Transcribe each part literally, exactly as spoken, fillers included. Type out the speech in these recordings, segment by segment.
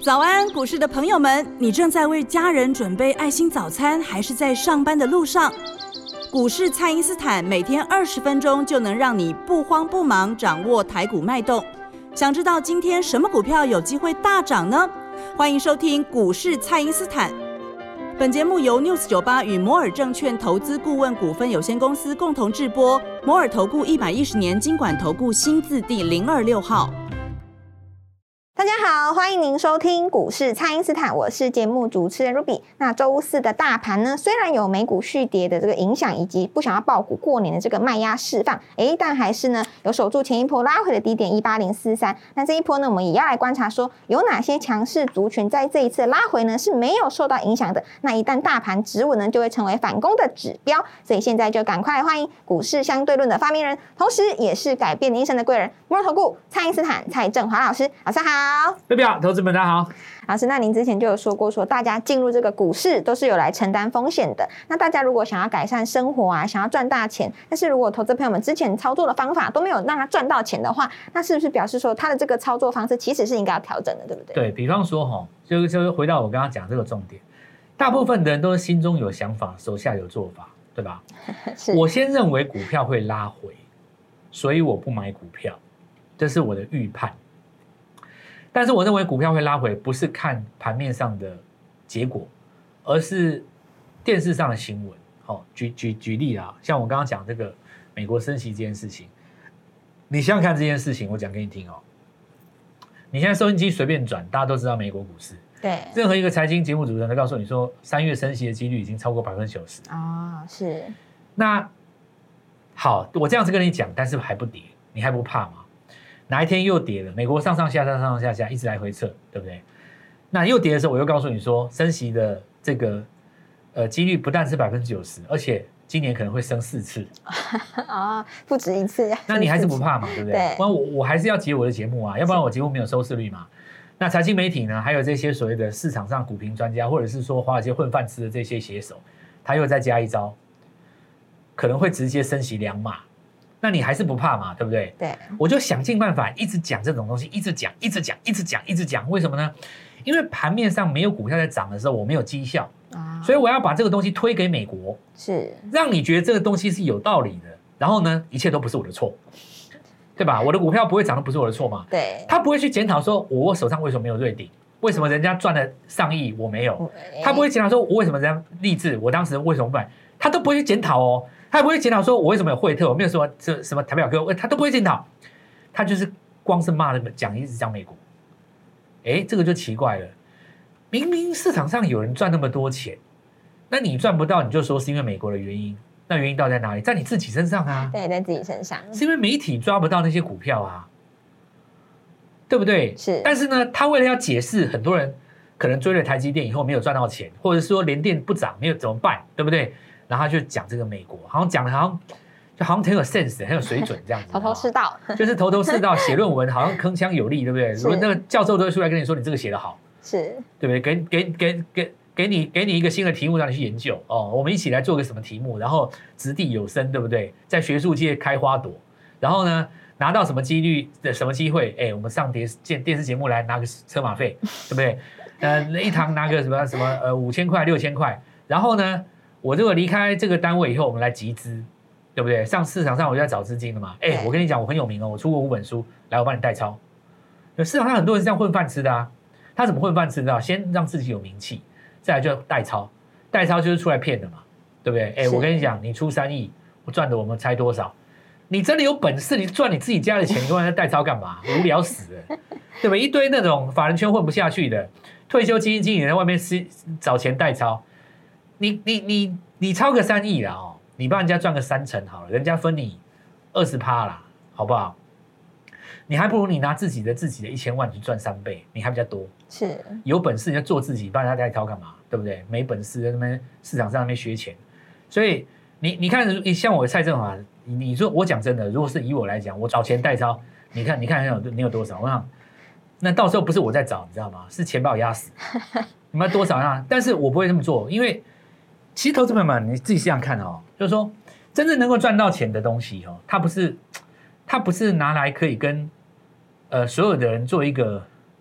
早安，股市的朋友们，你正在为家人准备爱心早餐，还是在上班的路上？股市蔡因斯坦每天二十分钟就能让你不慌不忙掌握台股脉动。想知道今天什么股票有机会大涨呢？欢迎收听股市蔡因斯坦。本节目由 News 九十八与摩尔证券投资顾问股份有限公司共同制播，摩尔投顾一百一十年金管投顾新字第零二六号。 大家好，欢迎您收听股市蔡因斯坦，我是节目主持人 Ruby。那周四的大盘呢，虽然有美股续跌的这个影响，以及不想要抱股过年的这个卖压释放，哎，但还是呢有守住前一波拉回的低点一八零四三。那这一波呢，我们也要来观察说有哪些强势族群在这一次拉回呢是没有受到影响的。那一旦大盘止稳呢，就会成为反攻的指标。所以现在就赶快来欢迎股市相对论的发明人，同时也是改变你一生的贵人——摩尔投顾蔡因斯坦蔡正华老师，老师好。 代表投资们大家好， 老师，那您之前就有说过，说大家进入这个股市都是有来承担风险的。那大家如果想要改善生活啊，想要赚大钱，但是如果投资朋友们之前操作的方法都没有让他赚到钱的话，那是不是表示说他的这个操作方式其实是应该要调整的，对不对？ 对，比方说哈，就就回到我刚刚讲这个重点，大部分的人都是心中有想法，手下有做法，对吧？我先认为股票会拉回，所以我不买股票，这是我的预判。但是我认为股票会拉回，不是看盘面上的结果，而是电视上的新闻。哦，举举举例啊，像我刚刚讲这个美国升息这件事情，你想想看这件事情，我讲给你听哦。你现在收音机随便转，大家都知道美国股市。 对， 任何一个财经节目主持人都告诉你说，三月升息的几率已经超过百分之九十。 啊，是。 那好，我这样子跟你讲，但是还不跌，你还不怕吗？哪一天又跌了？美国上上下下、上上下下，一直来回撤，对不对？那又跌的时候，我又告诉你说，升息的这个呃几率不但是百分之九十，而且今年可能会升四次啊，不止一次。 那你还是不怕嘛，对不对？对。不然我我还是要接我的节目啊，要不然我节目没有收视率嘛。那财经媒体呢，还有这些所谓的市场上股评专家，或者是说华尔街混饭吃的这些写手，他又再加一招，可能会直接升息两码。那你还是不怕嘛，对不对？ 对， 我就想尽办法一直讲这种东西，一直讲，一直讲，一直讲，一直讲。为什么呢？因为盘面上没有股票在涨的时候，我没有绩效啊，所以我要把这个东西推给美国， 是让你觉得这个东西是有道理的。然后呢，一切都不是我的错，对吧？我的股票不会涨，都不是我的错嘛。 对， 他不会去检讨说，我手上为什么没有瑞鼎？为什么人家赚了上亿我没有？他不会检讨说，我为什么人家励志，我当时为什么不买？他都不会去检讨哦。他也不会检讨说我为什么有惠特，我没有说这什么台表哥，他都不会检讨，他就是光是骂那个讲一直讲美国，哎，这个就奇怪了，明明市场上有人赚那么多钱，那你赚不到，你就说是因为美国的原因，那原因到底在哪里？在你自己身上啊， 对，在自己身上， 是因为媒体抓不到那些股票啊，对不对？ 是， 但是呢，他为了要解释，很多人可能追了台积电以后没有赚到钱，或者说联电不涨，没有怎么办，对不对？然后他就讲这个美国，好像讲的好像就好像很有 sense， 很有水准这样子， 头头是道， 就是头头是道，写论文好像铿锵有力，对不对？如果那个教授都会出来跟你说你这个写得好， 是， 对不对？给给给给给你给你一个新的题目让你去研究哦，我们一起来做个什么题目，然后掷地有声，对不对？在学术界开花朵，然后呢拿到什么几率的什么机会？哎，我们上电电电视节目来拿个车马费，对不对？呃，一堂拿个什么什么呃五千块六千块，然后呢？我如果离开这个单位以后，我们来集资，对不对？上市场上我就在找资金的嘛。哎，我跟你讲，我很有名哦，我出过五本书，来，我帮你代抄。市场上很多人是这样混饭吃的啊。他怎么混饭吃的？先让自己有名气，再来就代抄。代抄就是出来骗的嘛，对不对？哎，我跟你讲，你出三亿，我赚的我们猜多少？你真的有本事，你赚你自己家的钱，你跟人家代抄干嘛？无聊死了，对不对？一堆那种法人圈混不下去的，退休基金经理在外面吃找钱代抄。你你你你超个三亿啦哦，你帮人家赚个三成好了，人家分你二十趴啦，好不好？你还不如你拿自己的自己的一千万去赚三倍，你还比较多。 是， 有本事你就做自己，帮人家代抄干嘛？对不对？没本事在那边市场上那边学钱，所以你你看，像我蔡正华，你说我讲真的，如果是以我来讲，我找钱代抄，你看你看你有你有多少？我想，那到时候不是我在找，你知道吗？是钱把我压死。你们多少啊？但是我不会这么做，因为。其实投资朋友们，你自己想想看哦，就是说，真正能够赚到钱的东西哦，它不是，它不是拿来可以跟呃所有的人做一个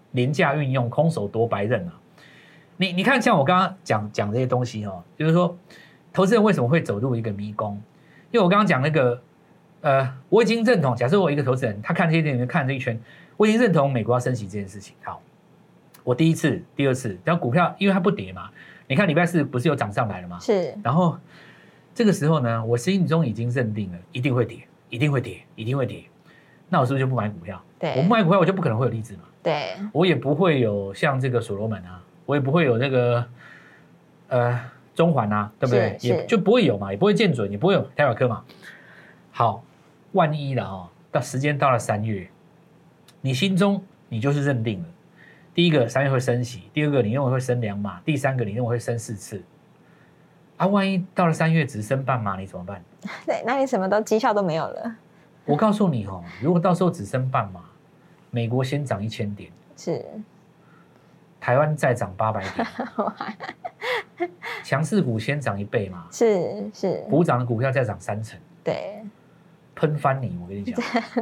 廉价运用、空手夺白刃啊。你你看，像我刚刚讲讲这些东西哦，就是说，投资人为什么会走入一个迷宫？因为我刚刚讲那个，呃，我已经认同，假设我一个投资人，他看这些电影看这一圈，我已经认同美国要升息这件事情。好，我第一次、第二次，然后股票因为它不跌嘛，你看礼拜四不是有涨上来了吗？ 是。 然后这个时候呢，我心中已经认定了，一定会跌，一定会跌，一定会跌。那我是不是就不买股票？ 对， 我不买股票，我就不可能会有励志嘛。 对， 我也不会有像这个所罗门啊，我也不会有那个呃中环啊，对不对？也就不会有嘛，也不会建准，也不会有台表科嘛。好，万一了哦，到时间到了三月，你心中你就是认定了，第一个三月会升息，第二个你认为会升两码，第三个你认为会升四次。啊，万一到了三月只升半码，你怎么办？ 对，那你什么都绩效都没有了。 我告诉你哦，如果到时候只升半码，美国先涨一千点， 是， 台湾再涨八百点，强势股先涨一倍嘛， 是是， 补涨的股票再涨三成， 对， 喷翻你，我跟你讲，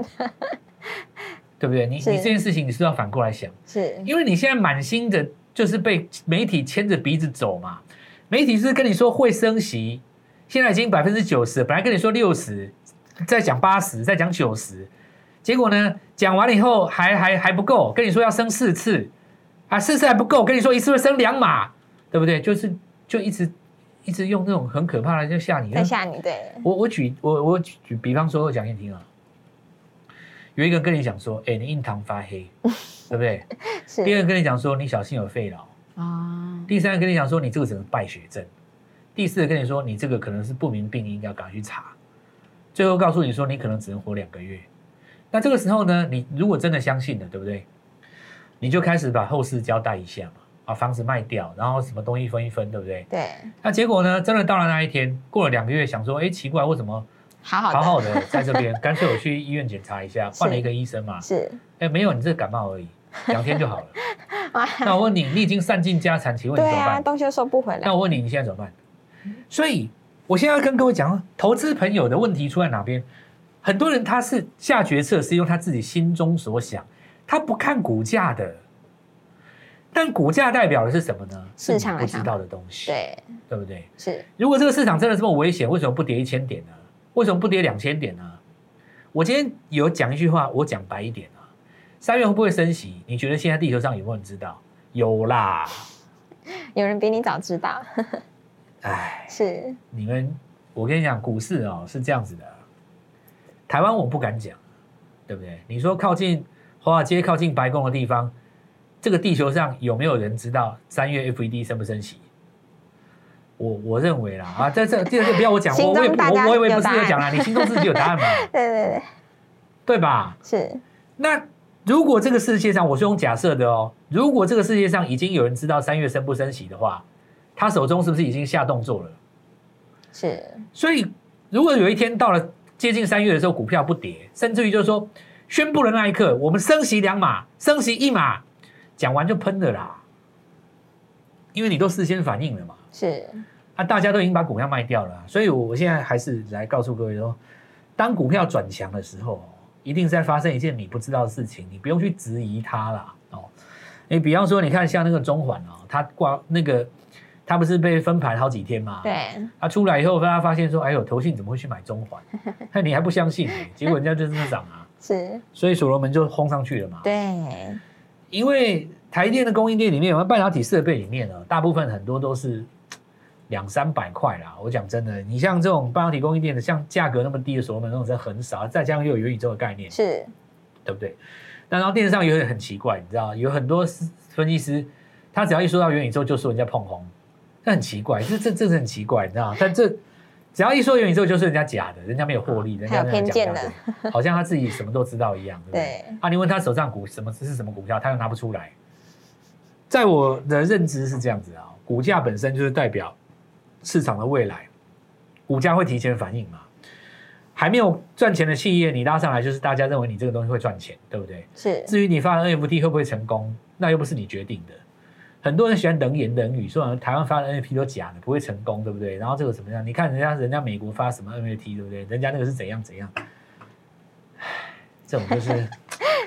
对不对？你你这件事情你是要反过来想， 是因为你现在满心的就是被媒体牵着鼻子走嘛，媒体是跟你说会升息，现在已经百分之九十，本来跟你说六十。再讲八十，再讲九十，结果呢？讲完了以后还还还不够，跟你说要升四次，啊，四次还不够，跟你说一次会升两码，对不对？就是就一直一直用那种很可怕的就吓你， 在吓你。对， 我我举我我举比方说，我讲给你听啊，有一个跟你讲说，哎，你印堂发黑，对不对？ 是。 第二个跟你讲说，你小心有肺痨啊。第三个跟你讲说，你这个只能败血症。第四个跟你说，你这个可能是不明病因，要赶快去查。最后告诉你说，你可能只能活两个月。那这个时候呢，你如果真的相信了，对不对？你就开始把后事交代一下嘛，把房子卖掉，然后什么东西分一分，对不对？ 对。那结果呢，真的到了那一天，过了两个月，想说，哎，奇怪，为什么好好的好好的在这边？干脆我去医院检查一下，换了一个医生嘛。 是。 哎，没有，你这感冒而已，两天就好了。那我问你，你已经散尽家产，请问你怎么办？ 对啊，东西都收不回来。 那我问你，你现在怎么办？所以。我现在要跟各位讲，投资朋友的问题出在哪边？很多人他是下决策是用他自己心中所想，他不看股价的。但股价代表的是什么呢？ 市场不知道的东西， 对对不对？ 是。如果这个市场真的这么危险，为什么不跌一千点呢？为什么不跌两千点呢？我今天有讲一句话，我讲白一点啊，三月会不会升息？你觉得现在地球上有没有人知道？有啦， 有人比你早知道。 哎， 是你们，我跟你讲，股市哦是这样子的。台湾我不敢讲，对不对？你说靠近华尔街、靠近白宫的地方，这个地球上有没有人知道三月 F E D 升不升息？我我认为啦，啊，这这这个不要我讲，我我也我我以为不是有讲啦，你心中自己有答案嘛？ 对对对， 对吧？ 是。 那如果这个世界上，我是用假设的哦，如果这个世界上已经有人知道三月升不升息的话，他手中是不是已经下动作了？ 是， 所以如果有一天到了接近三月的时候，股票不跌，甚至于就是说宣布的那一刻，我们升息两码，升息一码，讲完就喷了啦，因为你都事先反应了嘛。 是， 啊，大家都已经把股票卖掉了，所以我现在还是来告诉各位说，当股票转强的时候，一定是在发生一件你不知道的事情，你不用去质疑它啦。哦，你比方说，你看像那个中环哦，它挂那个。他不是被分盘好几天吗？ 对， 他出来以后，大家发现说：“哎呦，投信怎么会去买中环？那你还不相信、欸？结果人家就真的涨啊！ 是， 所以所罗门就轰上去了嘛。 对， 因为台电的供应链里面，有半导体设备里面呢，大部分很多都是两三百块啦。我讲真的，你像这种半导体供应链的，像价格那么低的所罗门那种，真的很少。再加上又有元宇宙的概念， 是， 对不对？那然后电视上也很奇怪，你知道，有很多分析师，他只要一说到元宇宙，就说人家碰红。这很奇怪，这这这是很奇怪，你知道吗？但这只要一说元宇宙，就是人家假的，人家没有获利，人家有偏见的， 好像他自己什么都知道一样，对不对？ 对啊，你问他手上股什么是什么股票，他又拿不出来。在我的认知是这样子啊，股价本身就是代表市场的未来，股价会提前反应嘛。还没有赚钱的企业，你拉上来就是大家认为你这个东西会赚钱，对不对？ 是。 至于你发的 N F T 会不会成功，那又不是你决定的。很多人喜欢冷言冷语，说台湾发的 N F T 都假的，不会成功，对不对？然后这个怎么样？你看人家人家美国发什么 N F T， 对不对？人家那个是怎样怎样，这种就是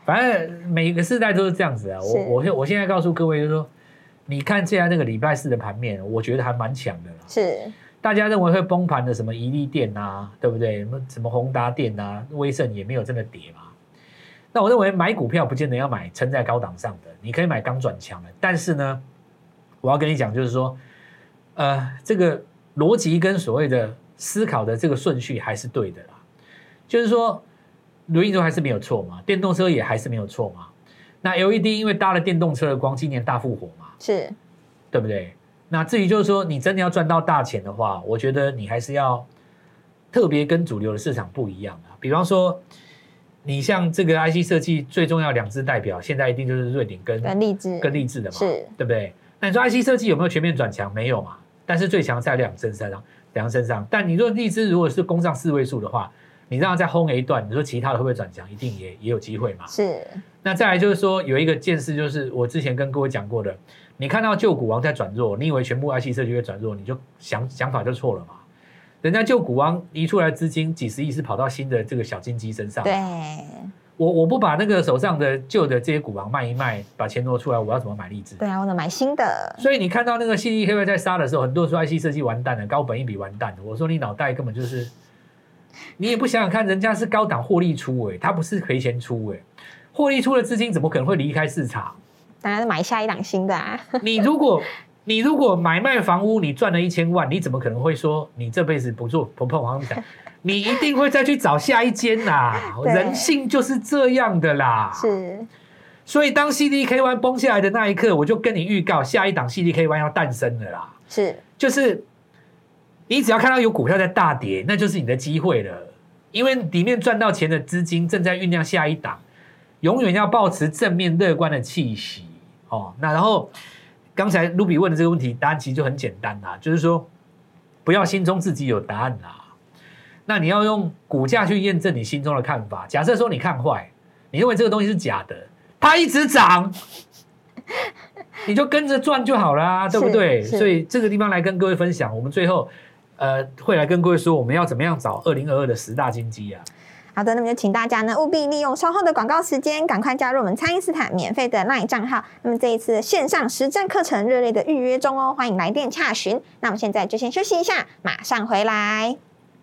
反正每个世代都是这样子啊。我我我现在告诉各位，就是说，你看现在那个礼拜四的盘面，我觉得还蛮强的啦。 是， 大家认为会崩盘的什么宜利电啊，对不对？什么宏达电啊，威盛也没有真的跌嘛。那我认为买股票不见得要买撑在高档上的，你可以买刚转强的。但是呢，我要跟你讲，就是说，呃，这个逻辑跟所谓的思考的这个顺序还是对的啦。就是说，轮运动还是没有错嘛，电动车也还是没有错嘛。那 L E D 因为搭了电动车的光，今年大复活嘛， 是， 对不对？那至于就是说，你真的要赚到大钱的话，我觉得你还是要特别跟主流的市场不一样啊。比方说，你像这个 I C 设计最重要两支代表，现在一定就是瑞典跟跟立志跟立志的嘛， 是， 对不对？那你说 I C 设计有没有全面转强？没有嘛，但是最强在两身上，两身上。但你说立志如果是攻上四位数的话，你让它再轰 A 段，你说其他的会不会转强？一定也也有机会嘛。 是。 那再来就是说，有一个件事，就是我之前跟各位讲过的，你看到旧股王在转弱，你以为全部 I C 设计会转弱，你就想想法就错了嘛。人家旧股王移出来资金几十亿是跑到新的这个小金鸡身上。 对。 我我不把那个手上的旧的这些股王卖一卖，把钱挪出来，我要怎么买励志？ 对啊，我能买新的。 所以你看到那个信义黑白在杀的时候，很多人说 I C 设计完蛋了，高本益比完蛋了。我说你脑袋根本就是，你也不想想看，人家是高档获利出哎、欸，他不是赔钱出哎、欸，获利出的资金怎么可能会离开市场？ 当然是买下一档新的啊。 你如果你如果买卖房屋，你赚了一千万，你怎么可能会说你这辈子不做不碰房地产？你一定会再去找下一间啦，人性就是这样的啦。 是， 所以当 C D K Y 崩下来的那一刻，我就跟你预告，下一档 C D K Y 要诞生了啦。 是， 就是你只要看到有股票在大跌，那就是你的机会了，因为里面赚到钱的资金正在酝酿下一档，永远要抱持正面乐观的气息哦。那然后刚才 Ruby 问的这个问题，答案其实就很简单啦，就是说不要心中自己有答案啦。那你要用股价去验证你心中的看法。假设说你看坏，你认为这个东西是假的，它一直涨，你就跟着赚就好啦，对不对？所以这个地方来跟各位分享，我们最后呃会来跟各位说，我们要怎么样找二零二二的十大金鸡啊。 好的，那么就请大家呢务必利用稍后的广告时间，赶快加入我们蔡因斯坦免费的 LINE 账号。那么这一次的线上实战课程热烈的预约中哦，欢迎来电洽询。那我们现在就先休息一下，马上回来。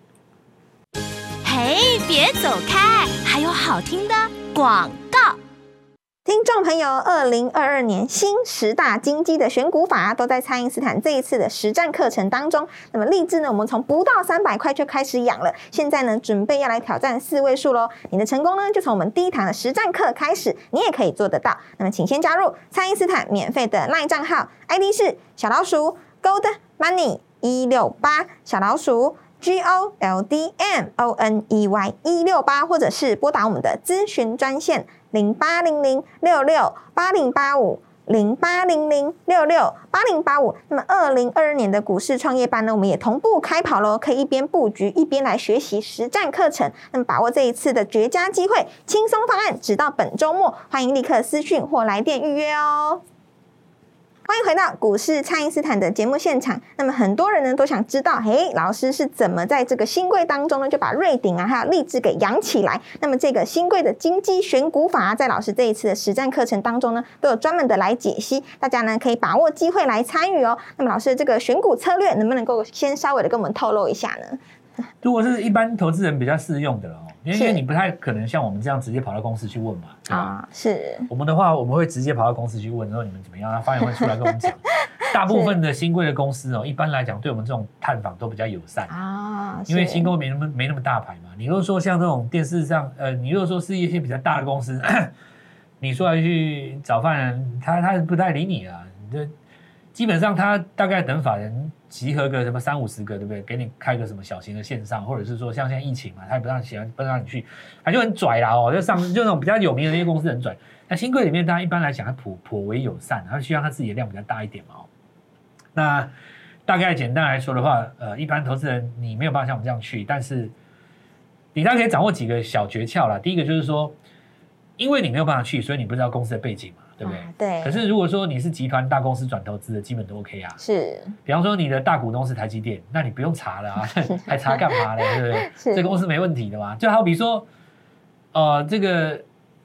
嘿，别走开，还有好听的广告。 听众朋友，二零二二年新十大金鸡的选股法都在蔡因斯坦这一次的实战课程当中。那么励志呢，我们从不到三百块就开始养了，现在呢准备要来挑战四位数咯。你的成功呢，就从我们第一堂的实战课开始，你也可以做得到。那么请先加入蔡因斯坦免费的 LINE 账号 ，I D 是小老鼠 Gold Money 一六八，小老鼠G O L D M O N E Y 一六八，或者是拨打我们的咨询专线零八零零六六八零八五零八零零六六八零八五。那么二零二二年的股市创业班呢，我们也同步开跑咯，可以一边布局一边来学习实战课程。那么把握这一次的绝佳机会，轻松方案直到本周末，欢迎立刻私讯或来电预约哦。欢迎回到股市蔡因斯坦的节目现场。那么很多人呢都想知道，嘿，老师是怎么在这个新贵当中呢就把瑞鼎啊还有励志给养起来？那么这个新贵的金鸡选股法、啊，在老师这一次的实战课程当中呢，都有专门的来解析，大家呢可以把握机会来参与哦。那么老师的这个选股策略，能不能够先稍微的跟我们透露一下呢？ 如果是一般投资人比较适用的哦，因为你不太可能像我们这样直接跑到公司去问嘛。 啊，是。 我们的话，我们会直接跑到公司去问，说你们怎么样，他发言会出来跟我们讲。大部分的新贵的公司哦，一般来讲对我们这种探访都比较友善啊，因为新贵没那么没那么大牌嘛。你如果说像这种电视上，呃，你如果说是一些比较大的公司，你说要去找饭，他他不太理你啊。你这基本上他大概等法人集合个什么三五十个，对不对？给你开个什么小型的线上，或者是说像现在疫情嘛，他也不让喜欢不让你去，他就很拽啦哦，就上就那种比较有名的那些公司很拽。那新贵里面，大家一般来讲，他颇颇为友善，他希望他自己的量比较大一点嘛哦。那大概简单来说的话，呃，一般投资人你没有办法像我们这样去，但是你大概可以掌握几个小诀窍啦。第一个就是说，因为你没有办法去，所以你不知道公司的背景嘛，对不对？ 啊、对。 可是如果说你是集团大公司转投资的，基本都 OK 啊。 是。 比方说你的大股东是台积电，那你不用查了啊，还查干嘛嘞？对不对？这公司没问题的嘛。就好比说，呃，这个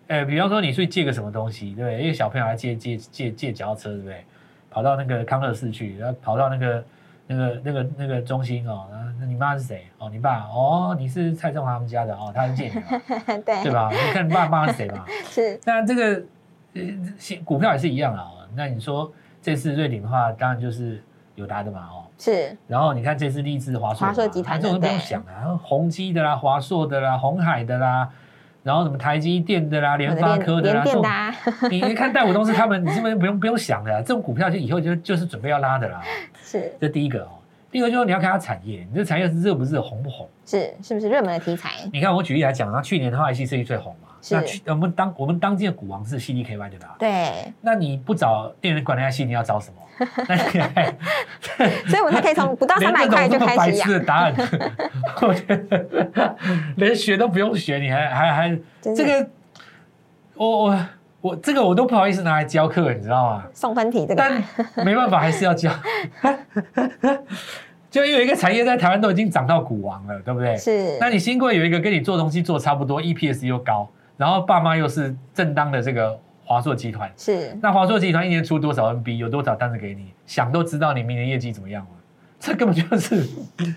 呃，比方说你去借个什么东西，对不对？一个小朋友来借借借借脚踏车，对不对？跑到那个康乐市去，然后跑到那个那个那个那个中心哦，那你妈是谁？哦，你爸哦，你是蔡仲华他们家的哦，他是借你的， 对对吧？你看你爸妈是谁嘛？ 是。 那这个呃股票也是一样啊。那你说这次瑞鼎的话，当然就是友达的嘛，哦。 是， 然后你看这次励志华硕， 华硕集团这种都不用想啊，宏基的啦、华硕的啦、鸿海的啦，然后什么台积电的啦、联发科的啦， 联电的啊， 你一看带股东是他们，你是不是不用不用想的、啊？这种股票就以后就就是准备要拉的啦。 是， 这第一个哦。第二个就是你要看它产业，你这产业是热不热、红不红？ 是，是不是热门的题材？ 你看我举例来讲，那去年的话，I C 设计最红嘛。那去我们当我们当今的股王是 C D K Y 对吧？ 对。 那你不找电源管理 I C， 你要找什么？那你还所以我才可以从不到三百块就开始白痴的答案，我觉得连学都不用学，你还还还这个，我我我这个我都不好意思拿来教课，你知道吗？ 送分题这个， 但没办法，还是要教。就有一个产业在台湾都已经涨到股王了，对不对？ 是。 那你新贵有一个跟你做东西做差不多 ，E P S 又高，然后爸妈又是正当的这个华硕集团， 是。 那华硕集团一年出多少 N B， 有多少单子给你，想都知道你明年业绩怎么样了。这根本就是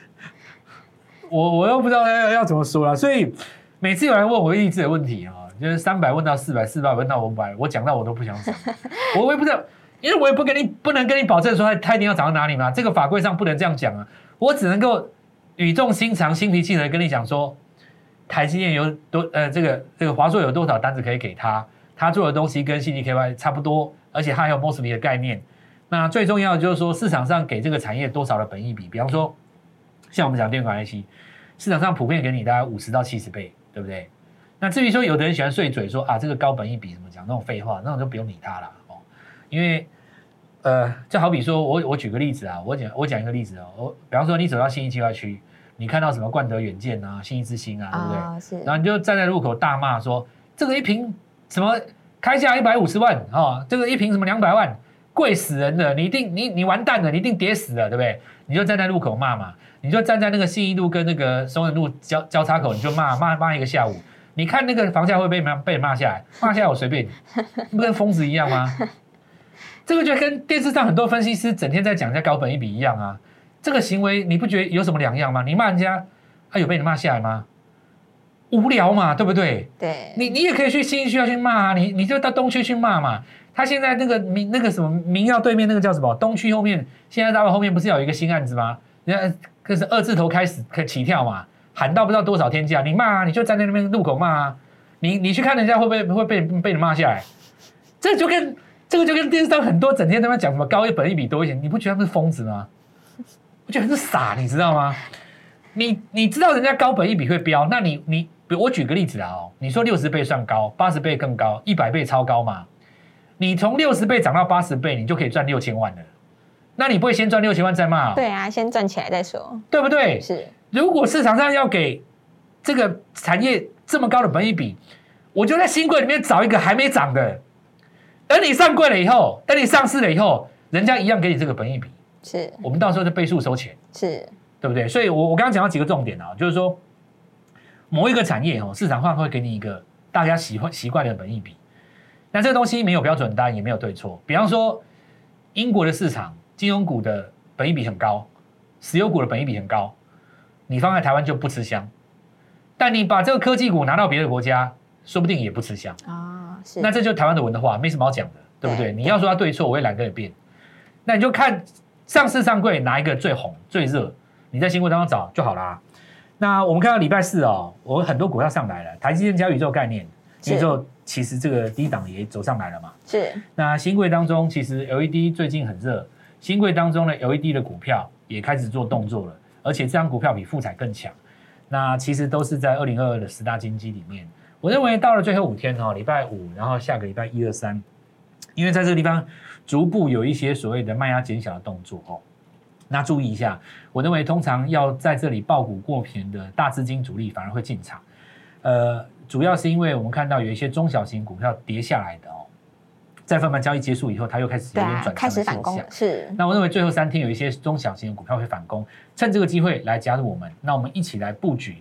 我我又不知道要要怎么说了。所以每次有人问我励志的问题啊，就是三百问到四百，四百问到五百，我讲到我都不想讲，我我也不知道。因为我也不跟你不能跟你保证说它一定要涨到哪里嘛，这个法规上不能这样讲啊。我只能够语重心长、心平气和跟你讲说，台积电有多呃这个这个华硕有多少单子可以给他，他做的东西跟 C D K Y 差不多，而且他还有 M O S F E T 的概念。那最重要的就是说市场上给这个产业多少的本益比，比方说像我们讲电管 I C， 市场上普遍给你大概五十到七十倍，对不对？那至于说有的人喜欢碎嘴说啊这个高本益比什么讲那种废话，那种就不用理他了。因为，呃，就好比说我我举个例子啊，我讲我讲一个例子哦，我比方说你走到信义计划区，你看到什么冠德远见啊、信义之星啊，对不对？ 哦、是。 然后你就站在路口大骂说，这个一瓶什么开价一百五十万哦，这个一瓶什么两百万，贵死人了，你一定你你完蛋了，你一定跌死了，对不对？你就站在路口骂嘛，你就站在那个信义路跟那个松仁路交交叉口，你就骂骂骂一个下午。你看那个房价会被骂被骂下来，骂下来我随便你，不跟疯子一样吗？这个就跟电视上很多分析师整天在讲人家高本益比一样啊，这个行为你不觉得有什么两样吗？你骂人家，他有被你骂下来吗？无聊嘛，对不对？ 对， 你你也可以去信义区要去骂啊，你你就到东区去骂嘛。他现在那个民那个什么民耀对面那个叫什么东区后面，现在大陆后面不是有一个新案子吗？人家可是二字头开始可起跳嘛，喊到不知道多少天价，你骂啊，你就站在那边路口骂啊，你你去看人家会不会会被被你骂下来？这就跟。这个就跟电视上很多整天在那讲什么高一本益比多一点，你不觉得他们是疯子吗？我觉得很是傻，你知道吗？你你知道人家高本益比会飙，那你你我举个例子啊，哦，你说六十倍算高，八十倍更高，一百倍超高嘛？你从六十倍涨到八十倍，你就可以赚六千万了。那你不会先赚六千万再骂？ 对啊，先赚起来再说， 对不对？ 是。如果市场上要给这个产业这么高的本益比，我就在新贵里面找一个还没涨的。等你上柜了以后，等你上市了以后，人家一样给你这个本益比， 是我们到时候就倍数收钱， 是， 对不对？所以我我刚刚讲到几个重点啊，就是说某一个产业哦，市场上会给你一个大家习惯习惯的本益比，那这个东西没有标准答案，也没有对错。比方说英国的市场，金融股的本益比很高，石油股的本益比很高，你放在台湾就不吃香，但你把这个科技股拿到别的国家，说不定也不吃香啊。那这就是台湾的文化，没什么好讲的，对不对？你要说它对错，我也懒得变。那你就看上市上柜哪一个最红最热，你在新贵当中找就好啦。那我们看到礼拜四哦，我很多股票上来了，台积电加宇宙概念，宇宙其实这个低档也走上来了嘛。 是。 那新贵当中，其实 L E D 最近很热，新贵当中呢 L E D 的股票也开始做动作了，而且这张股票比富彩更强。那其实都是在二零二二的十大金鸡里面。我认为到了最后五天哦，礼拜五，然后下个礼拜一二三，因为在这个地方逐步有一些所谓的卖压减小的动作哦。那注意一下，我认为通常要在这里抱股过平的大资金主力反而会进场，呃，主要是因为我们看到有一些中小型股票跌下来的哦，在分盘交易结束以后，它又开始有点转向的开始反攻，是。 那我认为最后三天有一些中小型的股票会反攻，趁这个机会来加入我们，那我们一起来布局。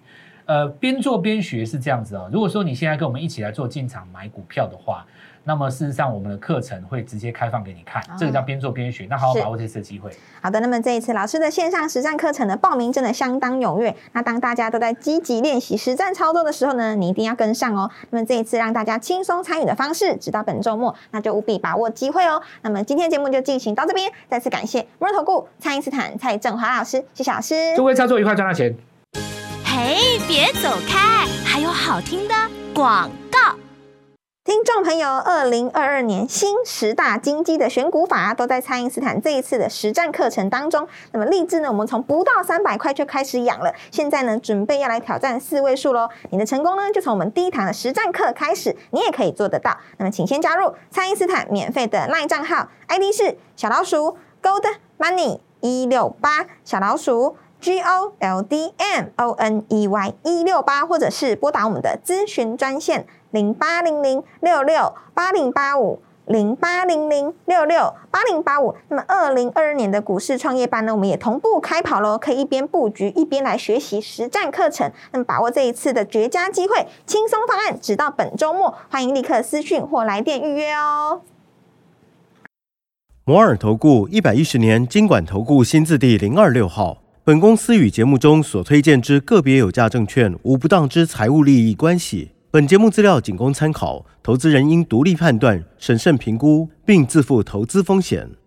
呃，边做边学是这样子哦。如果说你现在跟我们一起来做进场买股票的话，那么事实上我们的课程会直接开放给你看，哦、这个叫边做边学。那好好把握这次的机会。 好的，那么这一次老师的线上实战课程的报名真的相当踊跃。那当大家都在积极练习实战操作的时候呢，你一定要跟上哦。那么这一次让大家轻松参与的方式，直到本周末，那就务必把握机会哦。那么今天节目就进行到这边，再次感谢摩尔投顾蔡因斯坦蔡正华老师，谢谢老师。 祝各位操作愉快，赚到钱。 嘿，别走开，还有好听的广告。 听众朋友，二零二二年新十大金鸡的选股法都在蔡因斯坦这一次的实战课程当中。那么立志呢，我们从不到三百块就开始养了，现在呢，准备要来挑战四位数喽。你的成功呢，就从我们第一堂的实战课开始，你也可以做得到。那么请先加入蔡因斯坦免费的 LINE 账号 ，I D 是小老鼠 Gold Money 一六八，小老鼠。G O L D M O N E Y 一六八，或者是拨打我们的咨询专线零八零零六六八零八五零八零零六六八零八五。那么，二零二二年的股市创业班呢，我们也同步开跑喽，可以一边布局一边来学习实战课程。那么，把握这一次的绝佳机会，轻松方案直到本周末，欢迎立刻私讯或来电预约哦。 摩尔投顾一百一十年金管投顾新字第零二六号。本公司与节目中所推荐之个别有价证券无不当之财务利益关系。本节目资料仅供参考，投资人应独立判断、审慎评估，并自负投资风险。